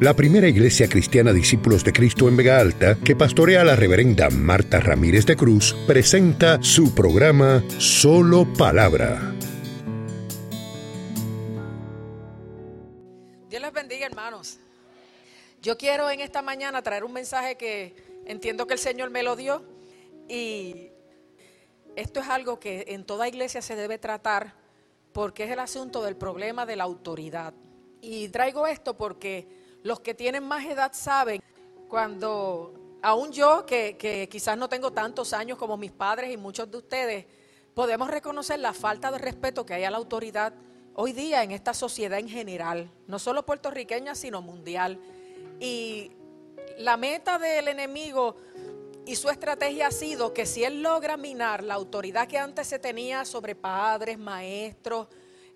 la primera iglesia cristiana Discípulos de Cristo en Vega Alta, que pastorea la reverenda Marta Ramírez de Cruz, presenta su programa Solo Palabra. Dios les bendiga, hermanos. Yo quiero en esta mañana traer un mensaje que entiendo que el Señor me lo dio, y esto es algo que en toda iglesia se debe tratar, porque es el asunto del problema de la autoridad. Y traigo esto porque los que tienen más edad saben, cuando aún yo, que quizás no tengo tantos años como mis padres y muchos de ustedes, podemos reconocer la falta de respeto que hay a la autoridad hoy día en esta sociedad en general, no solo puertorriqueña, sino mundial. Y la meta del enemigo y su estrategia ha sido que si él logra minar la autoridad que antes se tenía sobre padres, maestros,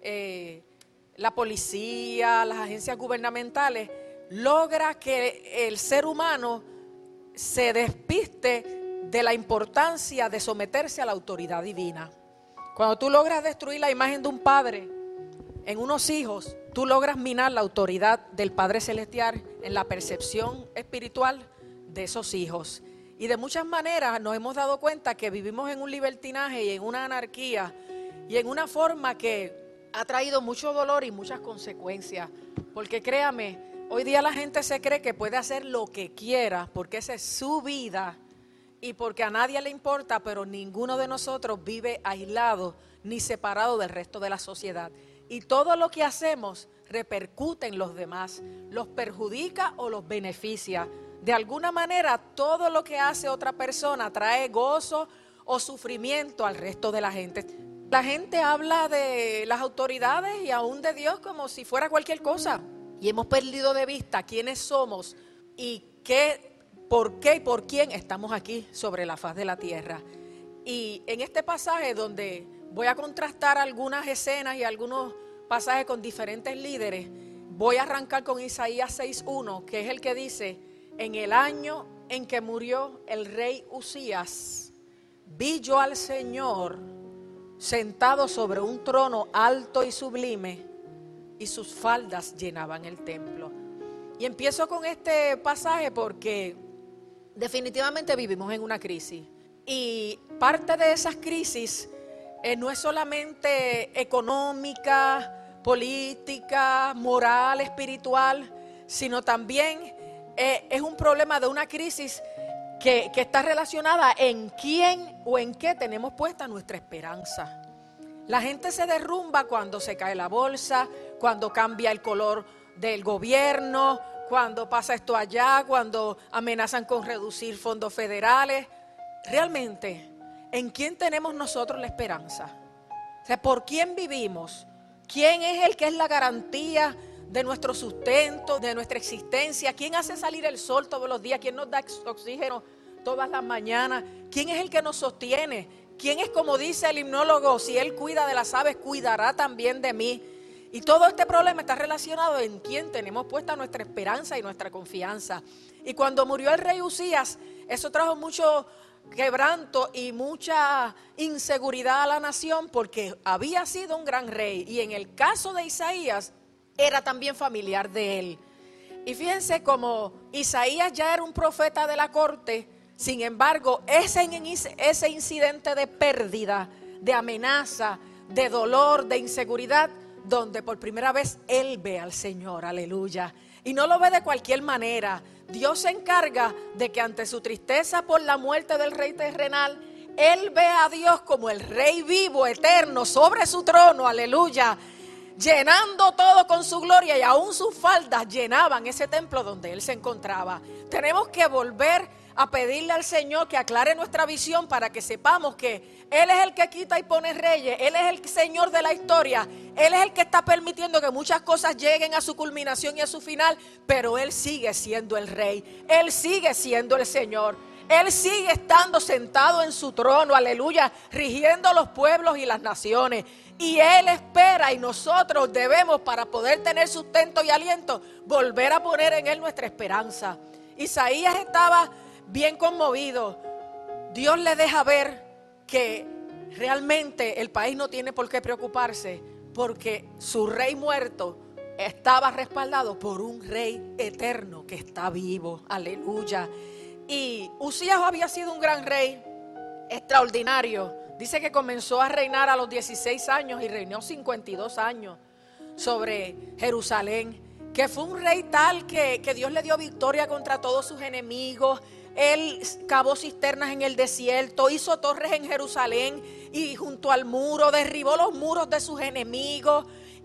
la policía, las agencias gubernamentales, logra que el ser humano se despiste de la importancia de someterse a la autoridad divina. Cuando tú logras destruir la imagen de un padre en unos hijos, tú logras minar la autoridad del Padre Celestial en la percepción espiritual de esos hijos. Y de muchas maneras nos hemos dado cuenta que vivimos en un libertinaje y en una anarquía y en una forma que ha traído mucho dolor y muchas consecuencias. Porque créame, hoy día la gente se cree que puede hacer lo que quiera porque esa es su vida y porque a nadie le importa, pero ninguno de nosotros vive aislado ni separado del resto de la sociedad. Y todo lo que hacemos repercute en los demás, los perjudica o los beneficia. De alguna manera, todo lo que hace otra persona trae gozo o sufrimiento al resto de la gente. La gente habla de las autoridades y aún de Dios como si fuera cualquier cosa. Y hemos perdido de vista quiénes somos y por qué y por quién estamos aquí sobre la faz de la tierra. Y en este pasaje donde voy a contrastar algunas escenas y algunos pasajes con diferentes líderes, voy a arrancar con Isaías 6:1, que es el que dice: en el año en que murió el rey Uzías, vi yo al Señor sentado sobre un trono alto y sublime, y sus faldas llenaban el templo. Y empiezo con este pasaje porque definitivamente vivimos en una crisis. Y parte de esas crisis no es solamente económica, política, moral, espiritual, sino también es un problema de una crisis que está relacionada en quién o en qué tenemos puesta nuestra esperanza. La gente se derrumba cuando se cae la bolsa, cuando cambia el color del gobierno, cuando pasa esto allá, cuando amenazan con reducir fondos federales. Realmente, ¿en quién tenemos nosotros la esperanza? O sea, ¿por quién vivimos? ¿Quién es el que es la garantía de nuestro sustento, de nuestra existencia? ¿Quién hace salir el sol todos los días? ¿Quién nos da oxígeno todas las mañanas? ¿Quién es el que nos sostiene? ¿Quién es, como dice el himnólogo, si Él cuida de las aves, cuidará también de mí? Y todo este problema está relacionado en quién tenemos puesta nuestra esperanza y nuestra confianza. Y cuando murió el rey Uzías, eso trajo mucho quebranto y mucha inseguridad a la nación, porque había sido un gran rey, y en el caso de Isaías era también familiar de él. Y fíjense como Isaías ya era un profeta de la corte, sin embargo ese incidente de pérdida, de amenaza, de dolor, de inseguridad, donde por primera vez él ve al Señor, aleluya, y no lo ve de cualquier manera. Dios se encarga de que ante su tristeza por la muerte del rey terrenal, él ve a Dios como el rey vivo, eterno, sobre su trono, aleluya, llenando todo con su gloria, y aún sus faldas llenaban ese templo donde él se encontraba. Tenemos que volver a pedirle al Señor que aclare nuestra visión para que sepamos que Él es el que quita y pone reyes, Él es el Señor de la historia, Él es el que está permitiendo que muchas cosas lleguen a su culminación y a su final, pero Él sigue siendo el Rey, Él sigue siendo el Señor, Él sigue estando sentado en su trono, aleluya, rigiendo los pueblos y las naciones. Y Él espera, y nosotros debemos, para poder tener sustento y aliento, volver a poner en Él nuestra esperanza. Isaías estaba bien conmovido. Dios le deja ver que realmente el país no tiene por qué preocuparse, porque su rey muerto estaba respaldado por un rey eterno que está vivo. Aleluya. Y Usías había sido un gran rey, extraordinario. Dice que comenzó a reinar a los 16 años y reinó 52 años sobre Jerusalén. Que fue un rey tal que Dios le dio victoria contra todos sus enemigos. Él cavó cisternas en el desierto, hizo torres en Jerusalén y junto al muro, derribó los muros de sus enemigos,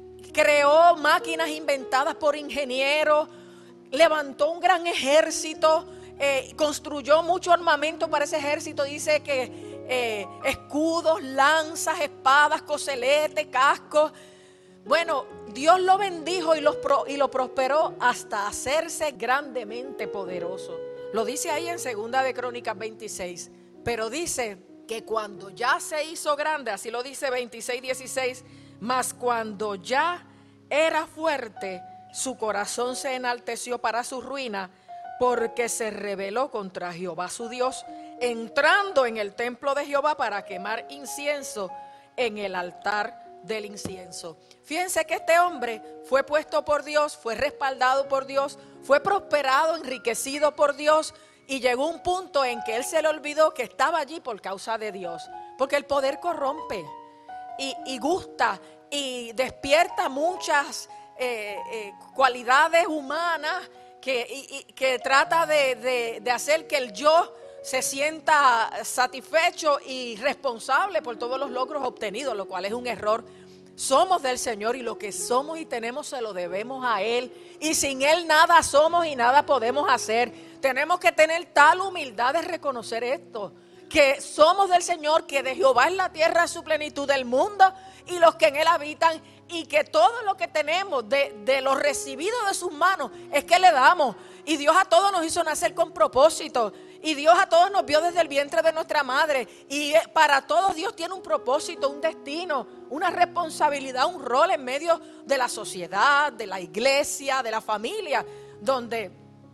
creó máquinas inventadas por ingenieros, levantó un gran ejército, construyó mucho armamento para ese ejército. Dice que escudos, lanzas, espadas, coseletes, cascos. Bueno, Dios lo bendijo y lo prosperó hasta hacerse grandemente poderoso. Lo dice ahí en 2 de Crónicas 26. Pero dice que cuando ya se hizo grande, así lo dice 26:16, mas cuando ya era fuerte, su corazón se enalteció para su ruina, porque se rebeló contra Jehová su Dios, entrando en el templo de Jehová para quemar incienso en el altar del incienso. Fíjense que este hombre fue puesto por Dios, fue respaldado por Dios, fue prosperado, enriquecido por Dios, y llegó un punto en que él se le olvidó que estaba allí por causa de Dios, porque el poder corrompe y gusta y despierta muchas cualidades humanas que trata de hacer que el yo se sienta satisfecho y responsable por todos los logros obtenidos, lo cual es un error. Somos del Señor y lo que somos y tenemos se lo debemos a Él. Y sin Él nada somos y nada podemos hacer. Tenemos que tener tal humildad de reconocer esto, que somos del Señor, que de Jehová es la tierra su plenitud, del mundo y los que en Él habitan, y que todo lo que tenemos de lo recibido de sus manos es que le damos. Y Dios a todos nos hizo nacer con propósito. Y Dios a todos nos vio desde el vientre de nuestra madre. Y para todos Dios tiene un propósito, un destino, una responsabilidad, un rol en medio de la sociedad, de la iglesia, de la familia, donde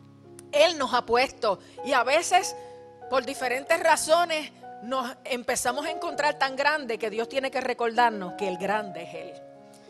Él nos ha puesto. Y a veces, por diferentes razones, nos empezamos a encontrar tan grande que Dios tiene que recordarnos que el grande es Él.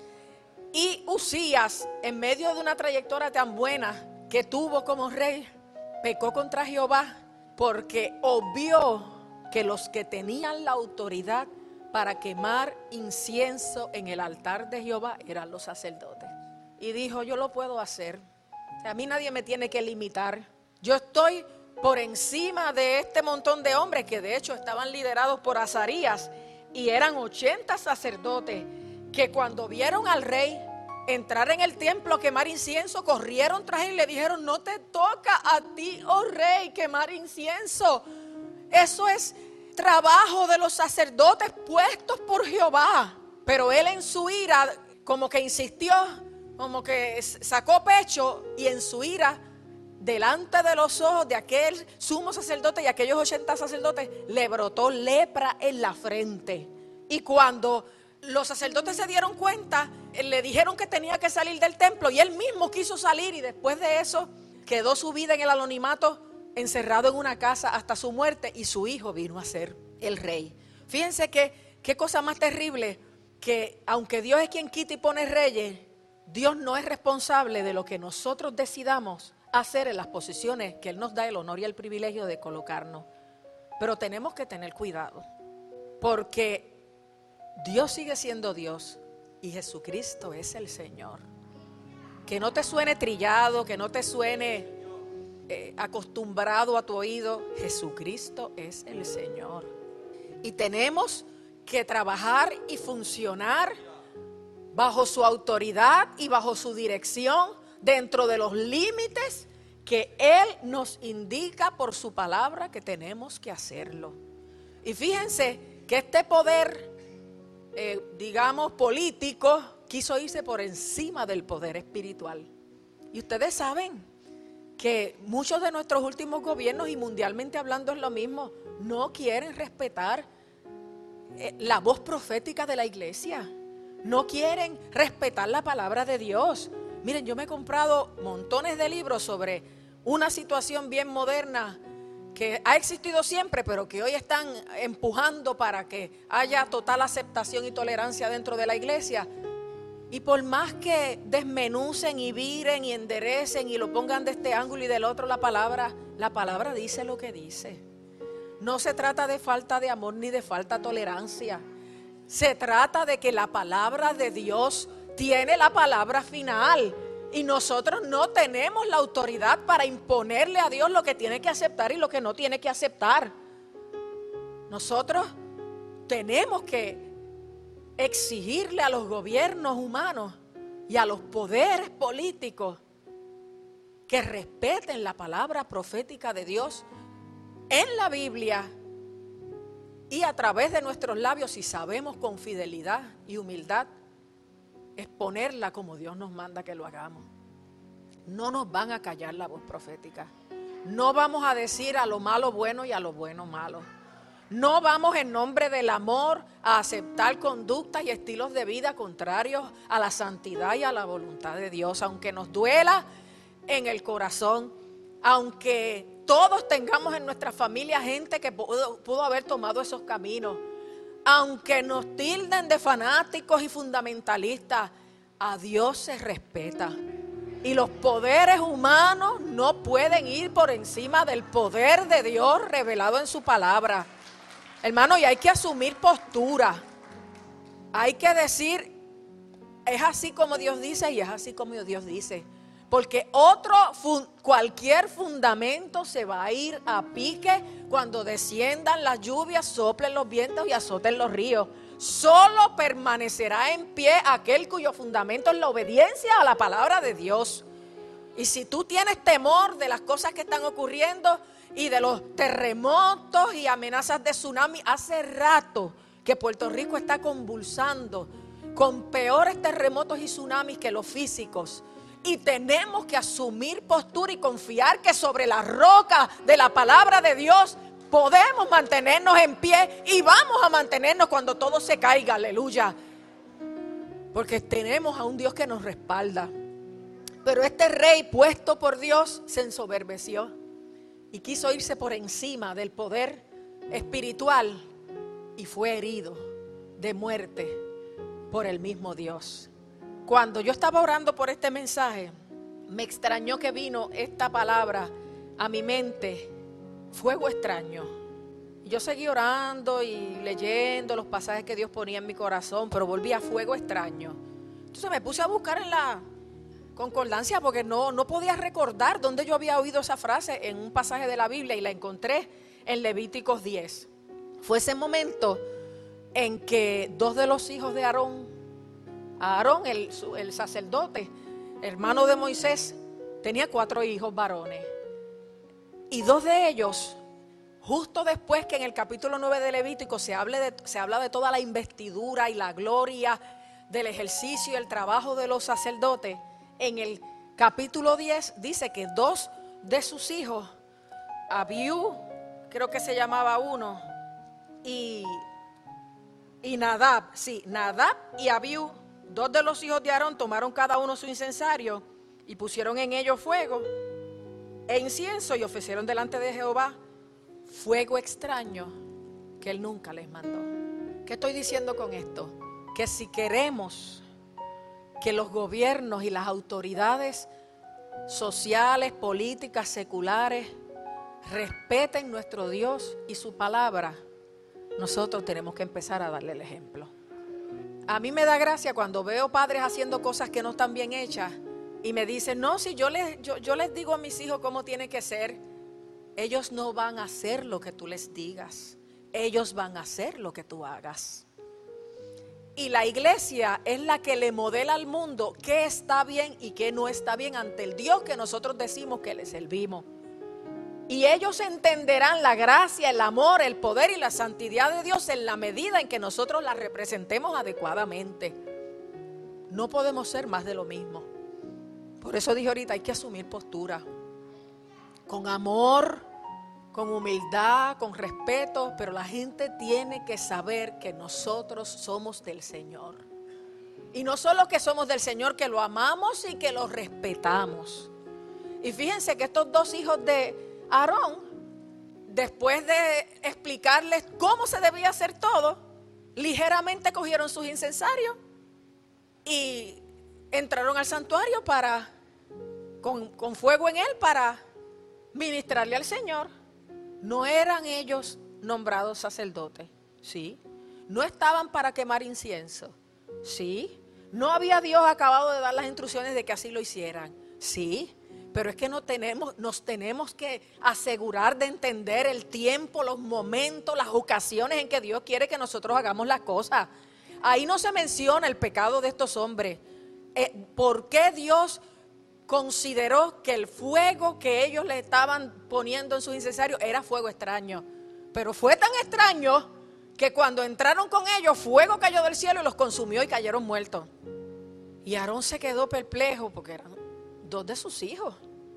Y Usías, en medio de una trayectoria tan buena que tuvo como rey, pecó contra Jehová, porque obvió que los que tenían la autoridad para quemar incienso en el altar de Jehová eran los sacerdotes. Y dijo: yo lo puedo hacer, a mí nadie me tiene que limitar. Yo estoy por encima de este montón de hombres que de hecho estaban liderados por Azarías, y eran 80 sacerdotes que cuando vieron al rey entrar en el templo a quemar incienso, corrieron tras él y le dijeron: no te toca a ti, oh rey, quemar incienso. Eso es trabajo de los sacerdotes puestos por Jehová. Pero él en su ira como que insistió, como que sacó pecho, y en su ira, delante de los ojos de aquel sumo sacerdote y aquellos 80 sacerdotes, le brotó lepra en la frente. Y cuando los sacerdotes se dieron cuenta, le dijeron que tenía que salir del templo, y él mismo quiso salir, y después de eso quedó su vida en el anonimato, encerrado en una casa hasta su muerte, y su hijo vino a ser el rey. Fíjense que qué cosa más terrible, que aunque Dios es quien quita y pone reyes, Dios no es responsable de lo que nosotros decidamos hacer en las posiciones que Él nos da el honor y el privilegio de colocarnos. Pero tenemos que tener cuidado, porque Dios sigue siendo Dios y Jesucristo es el Señor. Que no te suene trillado, que no te suene acostumbrado a tu oído. Jesucristo es el Señor. Y tenemos que trabajar y funcionar bajo su autoridad y bajo su dirección, dentro de los límites que Él nos indica por su palabra que tenemos que hacerlo. Y fíjense que este poder, digamos, político, quiso irse por encima del poder espiritual. Y ustedes saben que muchos de nuestros últimos gobiernos, y mundialmente hablando es lo mismo, no quieren respetar la voz profética de la iglesia. No quieren respetar la palabra de Dios. Miren, yo me he comprado montones de libros sobre una situación bien moderna que ha existido siempre, pero que hoy están empujando para que haya total aceptación y tolerancia dentro de la iglesia. Y por más que desmenucen y viren y enderecen y lo pongan de este ángulo y del otro, la palabra dice lo que dice. No se trata de falta de amor ni de falta de tolerancia. Se trata de que la palabra de Dios tiene la palabra final. Y nosotros no tenemos la autoridad para imponerle a Dios lo que tiene que aceptar y lo que no tiene que aceptar. Nosotros tenemos que exigirle a los gobiernos humanos y a los poderes políticos que respeten la palabra profética de Dios en la Biblia y a través de nuestros labios, si sabemos con fidelidad y humildad, exponerla como Dios nos manda que lo hagamos. No nos van a callar la voz profética. No vamos a decir a lo malo bueno y a lo bueno malo. No vamos en nombre del amor a aceptar conductas y estilos de vida contrarios a la santidad y a la voluntad de Dios, aunque nos duela en el corazón, aunque todos tengamos en nuestra familia gente que pudo haber tomado esos caminos, aunque nos tilden de fanáticos y fundamentalistas, a Dios se respeta. Y los poderes humanos no pueden ir por encima del poder de Dios revelado en su palabra. Hermano, y hay que asumir postura. Hay que decir, es así como Dios dice y es así como Dios dice. Porque cualquier fundamento se va a ir a pique cuando desciendan las lluvias, soplen los vientos y azoten los ríos. Solo permanecerá en pie aquel cuyo fundamento es la obediencia a la palabra de Dios. Y si tú tienes temor de las cosas que están ocurriendo y de los terremotos y amenazas de tsunami, hace rato que Puerto Rico está convulsando con peores terremotos y tsunamis que los físicos. Y tenemos que asumir postura y confiar que sobre la roca de la palabra de Dios podemos mantenernos en pie y vamos a mantenernos cuando todo se caiga, aleluya. Porque tenemos a un Dios que nos respalda. Pero este rey puesto por Dios se ensoberbeció y quiso irse por encima del poder espiritual y fue herido de muerte por el mismo Dios. Cuando yo estaba orando por este mensaje, me extrañó que vino esta palabra a mi mente, fuego extraño. Yo seguí orando y leyendo los pasajes que Dios ponía en mi corazón, pero volví a fuego extraño. Entonces me puse a buscar en la concordancia porque no podía recordar dónde yo había oído esa frase en un pasaje de la Biblia y la encontré en Levíticos 10. Fue ese momento en que dos de los hijos de Aarón, el sacerdote, hermano de Moisés, tenía 4 hijos varones. Y 2 de ellos, justo después que en el capítulo 9 de Levítico se habla de toda la investidura y la gloria del ejercicio y el trabajo de los sacerdotes, en el capítulo 10 dice que 2 de sus hijos, Abiú, creo que se llamaba uno, y Nadab, Nadab y Abiú, 2 de los hijos de Aarón tomaron cada uno su incensario y pusieron en ellos fuego e incienso y ofrecieron delante de Jehová fuego extraño que él nunca les mandó. ¿Qué estoy diciendo con esto? Que si queremos que los gobiernos y las autoridades sociales, políticas, seculares respeten nuestro Dios y su palabra, nosotros tenemos que empezar a darle el ejemplo. A mí me da gracia cuando veo padres haciendo cosas que no están bien hechas y me dicen, no, si yo les digo a mis hijos cómo tiene que ser, ellos no van a hacer lo que tú les digas, ellos van a hacer lo que tú hagas. Y la iglesia es la que le modela al mundo qué está bien y qué no está bien ante el Dios que nosotros decimos que le servimos. Y ellos entenderán la gracia, el amor, el poder y la santidad de Dios en la medida en que nosotros la representemos adecuadamente. No podemos ser más de lo mismo. Por eso dije ahorita, hay que asumir postura. Con amor, con humildad, con respeto, pero la gente tiene que saber que nosotros somos del Señor. Y no solo que somos del Señor, que lo amamos y que lo respetamos. Y fíjense que estos 2 hijos de Aarón, después de explicarles cómo se debía hacer todo, ligeramente cogieron sus incensarios y entraron al santuario con fuego en él para ministrarle al Señor. No eran ellos nombrados sacerdotes, ¿sí? No estaban para quemar incienso, ¿sí? No había Dios acabado de dar las instrucciones de que así lo hicieran, ¿sí? Pero es que nos tenemos que asegurar de entender el tiempo, los momentos, las ocasiones en que Dios quiere que nosotros hagamos las cosas. Ahí no se menciona el pecado de estos hombres. ¿Por qué Dios consideró que el fuego que ellos le estaban poniendo en sus incensarios era fuego extraño? Pero fue tan extraño que cuando entraron con ellos, fuego cayó del cielo y los consumió y cayeron muertos. Y Aarón se quedó perplejo porque eran 2 de sus hijos.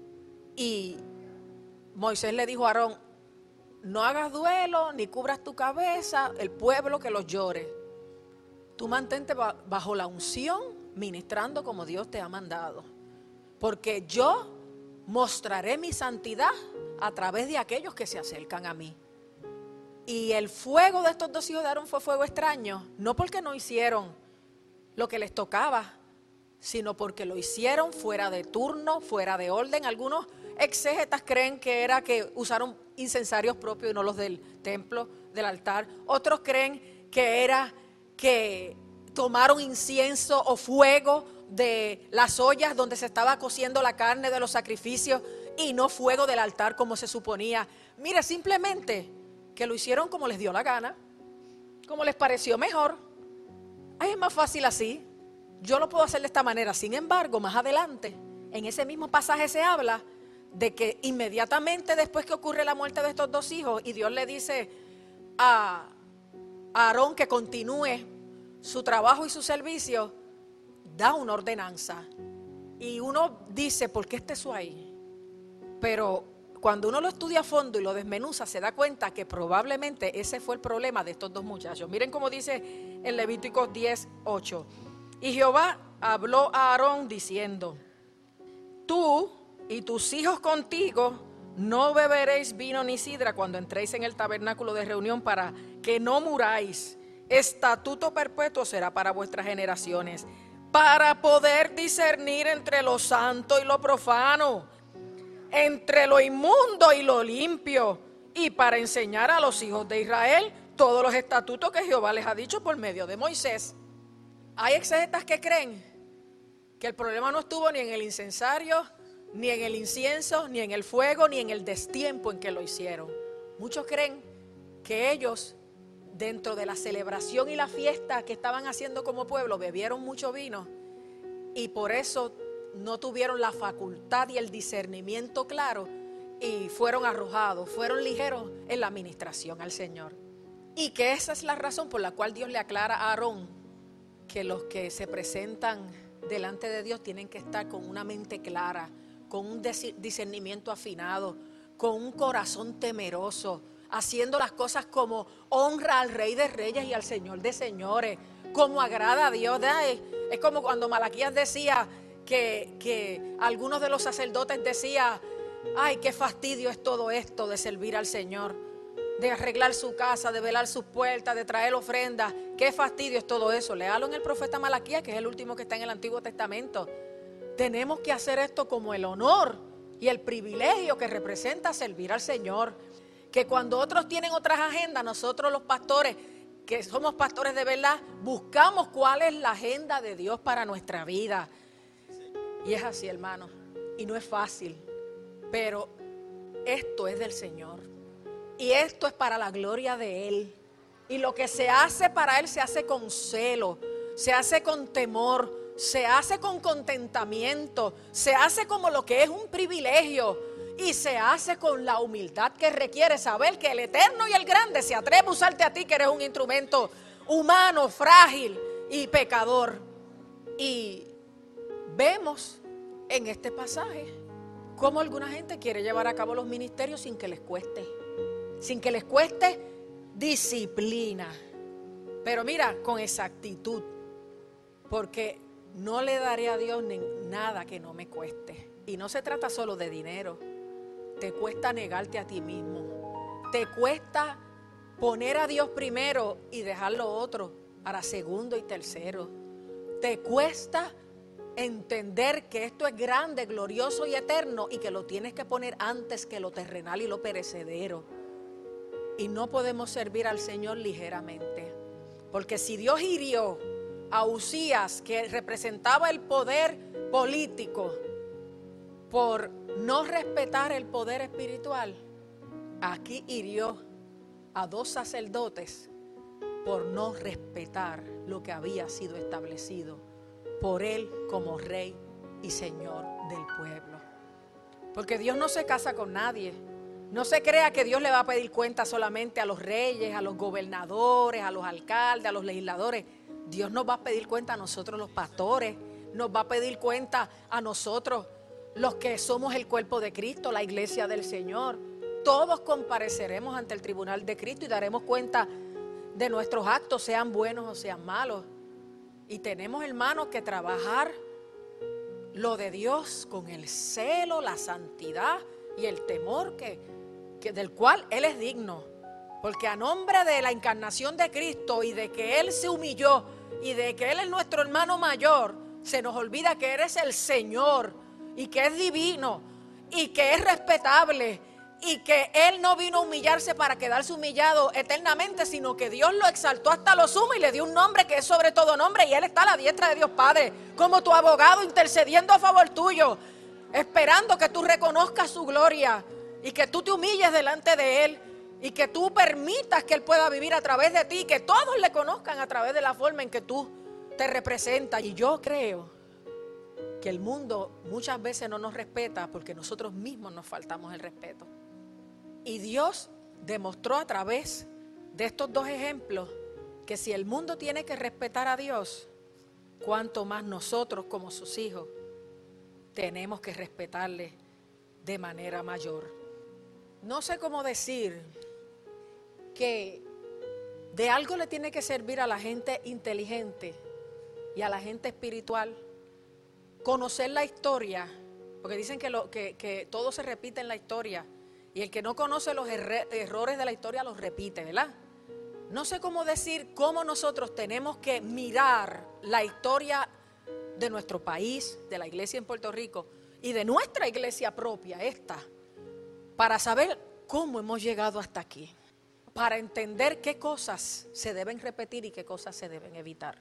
Y Moisés le dijo a Aarón: no hagas duelo ni cubras tu cabeza, el pueblo que los llore. Tú mantente bajo la unción, ministrando como Dios te ha mandado. Porque yo mostraré mi santidad a través de aquellos que se acercan a mí. Y el fuego de estos 2 hijos de Aarón fue fuego extraño, no porque no hicieron lo que les tocaba, sino porque lo hicieron fuera de turno, fuera de orden. Algunos exégetas creen que era que usaron incensarios propios y no los del templo, del altar. Otros creen que era que tomaron incienso o fuego de las ollas donde se estaba cociendo la carne de los sacrificios y no fuego del altar como se suponía. Mire, simplemente que lo hicieron como les dio la gana, como les pareció mejor. Ay, es más fácil así. Yo lo puedo hacer de esta manera. Sin embargo, más adelante, en ese mismo pasaje se habla de que inmediatamente después que ocurre la muerte de estos 2 hijos y Dios le dice a Aarón que continúe su trabajo y su servicio, da una ordenanza. Y uno dice: ¿por qué está eso ahí? Pero cuando uno lo estudia a fondo y lo desmenuza, se da cuenta que probablemente ese fue el problema de estos 2 muchachos. Miren cómo dice en Levítico 10:8. Y Jehová habló a Aarón diciendo: tú y tus hijos contigo no beberéis vino ni sidra cuando entréis en el tabernáculo de reunión, para que no muráis. Estatuto perpetuo será para vuestras generaciones, para poder discernir entre lo santo y lo profano, entre lo inmundo y lo limpio, y para enseñar a los hijos de Israel todos los estatutos que Jehová les ha dicho por medio de Moisés. Hay exégetas que creen que el problema no estuvo ni en el incensario, ni en el incienso, ni en el fuego, ni en el destiempo en que lo hicieron. Muchos creen que ellos, dentro de la celebración y la fiesta que estaban haciendo como pueblo, bebieron mucho vino y por eso no tuvieron la facultad y el discernimiento claro y fueron arrojados, fueron ligeros en la administración al Señor. Y que esa es la razón por la cual Dios le aclara a Aarón que los que se presentan delante de Dios tienen que estar con una mente clara, con un discernimiento afinado, con un corazón temeroso, haciendo las cosas como honra al Rey de Reyes y al Señor de Señores, como agrada a Dios. Es como cuando Malaquías decía que algunos de los sacerdotes decían: ay, qué fastidio es todo esto de servir al Señor, de arreglar su casa, de velar sus puertas, de traer ofrendas. Qué fastidio es todo eso. Léalo en el profeta Malaquías, que es el último que está en el Antiguo Testamento. Tenemos que hacer esto como el honor y el privilegio que representa servir al Señor. Que cuando otros tienen otras agendas, nosotros los pastores, que somos pastores de verdad, buscamos cuál es la agenda de Dios para nuestra vida. Y es así, hermano, y no es fácil, pero esto es del Señor y esto es para la gloria de Él. Y lo que se hace para Él se hace con celo, se hace con temor, se hace con contentamiento, se hace como lo que es un privilegio y se hace con la humildad que requiere saber que el Eterno y el Grande se atreve a usarte a ti, que eres un instrumento humano, frágil y pecador. Y vemos en este pasaje cómo alguna gente quiere llevar a cabo los ministerios sin que les cueste disciplina. Pero mira, con exactitud, porque no le daré a Dios nada que no me cueste. Y no se trata solo de dinero. Te cuesta negarte a ti mismo. Te cuesta poner a Dios primero y dejar lo otro para segundo y tercero. Te cuesta entender que esto es grande, glorioso y eterno y que lo tienes que poner antes que lo terrenal y lo perecedero. Y no podemos servir al Señor ligeramente, porque si Dios hirió a Uzías, que representaba el poder político, por no respetar el poder espiritual, aquí hirió a 2 sacerdotes por no respetar lo que había sido establecido por él como rey y señor del pueblo. Porque Dios no se casa con nadie. No se crea que Dios le va a pedir cuenta solamente a los reyes, a los gobernadores, a los alcaldes, a los legisladores. Dios nos va a pedir cuenta a nosotros los pastores, nos va a pedir cuenta a nosotros los que somos el cuerpo de Cristo, la iglesia del Señor. Todos compareceremos ante el tribunal de Cristo y daremos cuenta de nuestros actos, sean buenos o sean malos. Y tenemos, hermanos, que trabajar lo de Dios con el celo, la santidad y el temor del cual Él es digno. Porque a nombre de la encarnación de Cristo y de que Él se humilló y de que Él es nuestro hermano mayor, se nos olvida que eres el Señor y que es divino y que es respetable y que Él no vino a humillarse para quedarse humillado eternamente, sino que Dios lo exaltó hasta lo sumo y le dio un nombre que es sobre todo nombre, y Él está a la diestra de Dios Padre como tu abogado, intercediendo a favor tuyo, esperando que tú reconozcas su gloria y que tú te humilles delante de Él y que tú permitas que Él pueda vivir a través de ti y que todos le conozcan a través de la forma en que tú te representas. Y yo creo que el mundo muchas veces no nos respeta porque nosotros mismos nos faltamos el respeto. Y Dios demostró a través de estos 2 ejemplos que si el mundo tiene que respetar a Dios, cuánto más nosotros como sus hijos tenemos que respetarle de manera mayor. No sé cómo decir que de algo le tiene que servir a la gente inteligente y a la gente espiritual conocer la historia, porque dicen que todo se repite en la historia. Y el que no conoce los errores de la historia los repite, ¿verdad? No sé cómo decir cómo nosotros tenemos que mirar la historia de nuestro país, de la iglesia en Puerto Rico y de nuestra iglesia propia, para saber cómo hemos llegado hasta aquí, para entender qué cosas se deben repetir y qué cosas se deben evitar.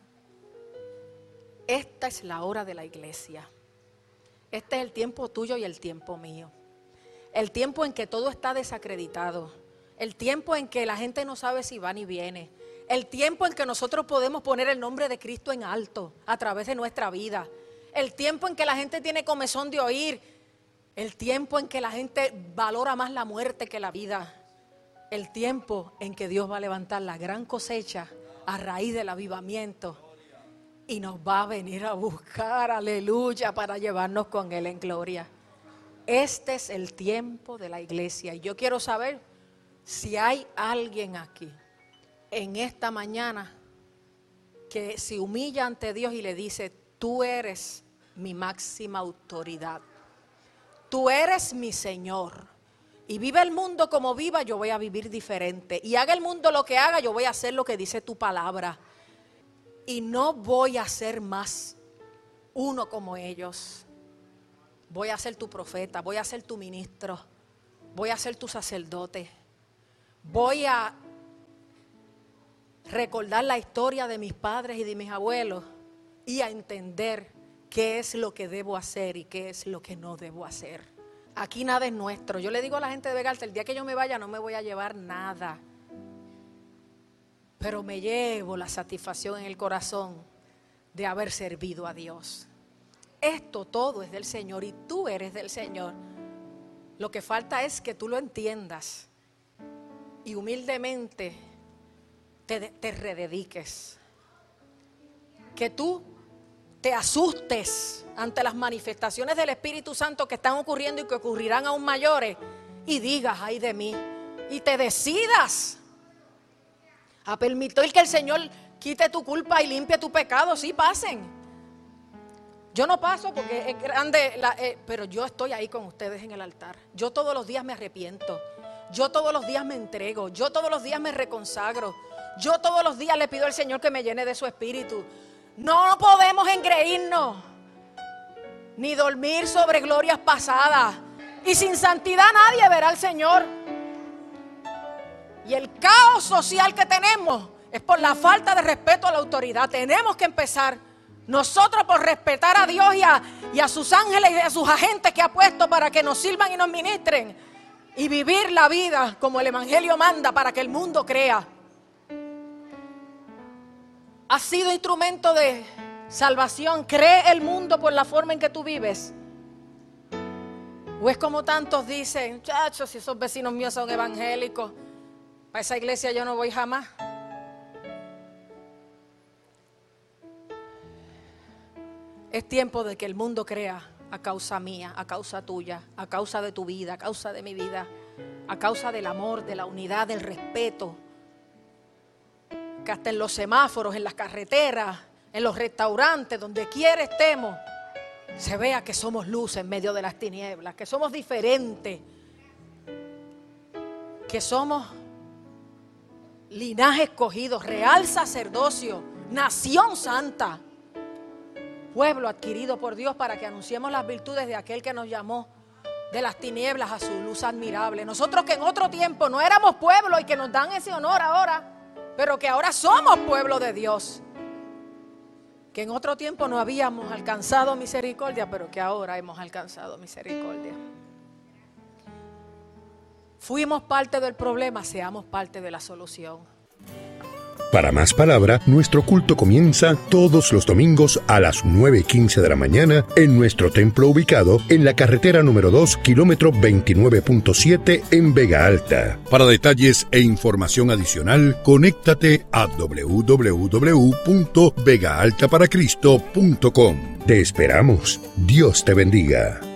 Esta es la hora de la iglesia. Este es el tiempo tuyo y el tiempo mío. El tiempo en que todo está desacreditado, el tiempo en que la gente no sabe si va ni viene, el tiempo en que nosotros podemos poner el nombre de Cristo en alto a través de nuestra vida, el tiempo en que la gente tiene comezón de oír, el tiempo en que la gente valora más la muerte que la vida, el tiempo en que Dios va a levantar la gran cosecha a raíz del avivamiento y nos va a venir a buscar, aleluya, para llevarnos con Él en gloria. Este es el tiempo de la iglesia y yo quiero saber si hay alguien aquí en esta mañana que se humilla ante Dios y le dice: tú eres mi máxima autoridad, tú eres mi Señor, y vive el mundo como viva, yo voy a vivir diferente, y haga el mundo lo que haga, yo voy a hacer lo que dice tu palabra, y no voy a ser más uno como ellos. Voy a ser tu profeta, voy a ser tu ministro, voy a ser tu sacerdote. Voy a recordar la historia de mis padres y de mis abuelos y a entender qué es lo que debo hacer y qué es lo que no debo hacer. Aquí nada es nuestro. Yo le digo a la gente de Vega Alta, el día que yo me vaya no me voy a llevar nada, pero me llevo la satisfacción en el corazón de haber servido a Dios. Esto todo es del Señor y tú eres del Señor. Lo que falta es que tú lo entiendas y humildemente te redediques. Que tú te asustes ante las manifestaciones del Espíritu Santo que están ocurriendo y que ocurrirán aún mayores y digas: ay de mí, y te decidas a permitir que el Señor quite tu culpa y limpie tu pecado. Sí, pasen. Yo no paso porque es grande, pero yo estoy ahí con ustedes en el altar. Yo todos los días me arrepiento. Yo todos los días me entrego. Yo todos los días me reconsagro. Yo todos los días le pido al Señor que me llene de su espíritu. No podemos engreírnos. ni dormir sobre glorias pasadas. Y sin santidad nadie verá al Señor. Y el caos social que tenemos es por la falta de respeto a la autoridad. Tenemos que empezar nosotros por respetar a Dios y a sus ángeles y a sus agentes que ha puesto para que nos sirvan y nos ministren. Y vivir la vida como el Evangelio manda para que el mundo crea. ¿Has sido instrumento de salvación? ¿Cree el mundo por la forma en que tú vives? ¿O es como tantos dicen, muchachos, si esos vecinos míos son evangélicos, para esa iglesia yo no voy jamás? Es tiempo de que el mundo crea a causa mía, a causa tuya, a causa de tu vida, a causa de mi vida, a causa del amor, de la unidad, del respeto. Que hasta en los semáforos, en las carreteras, en los restaurantes, donde quiera estemos, se vea que somos luz en medio de las tinieblas, que somos diferentes, que somos linaje escogido, real sacerdocio, nación santa, pueblo adquirido por Dios para que anunciemos las virtudes de aquel que nos llamó de las tinieblas a su luz admirable. Nosotros que en otro tiempo no éramos pueblo y que nos dan ese honor ahora, pero que ahora somos pueblo de Dios. Que en otro tiempo no habíamos alcanzado misericordia, pero que ahora hemos alcanzado misericordia. Fuimos parte del problema, seamos parte de la solución. Para más palabra, nuestro culto comienza todos los domingos a las 9:15 de la mañana en nuestro templo ubicado en la carretera número 2, kilómetro 29.7 en Vega Alta. Para detalles e información adicional, conéctate a www.vegaaltaparacristo.com. Te esperamos. Dios te bendiga.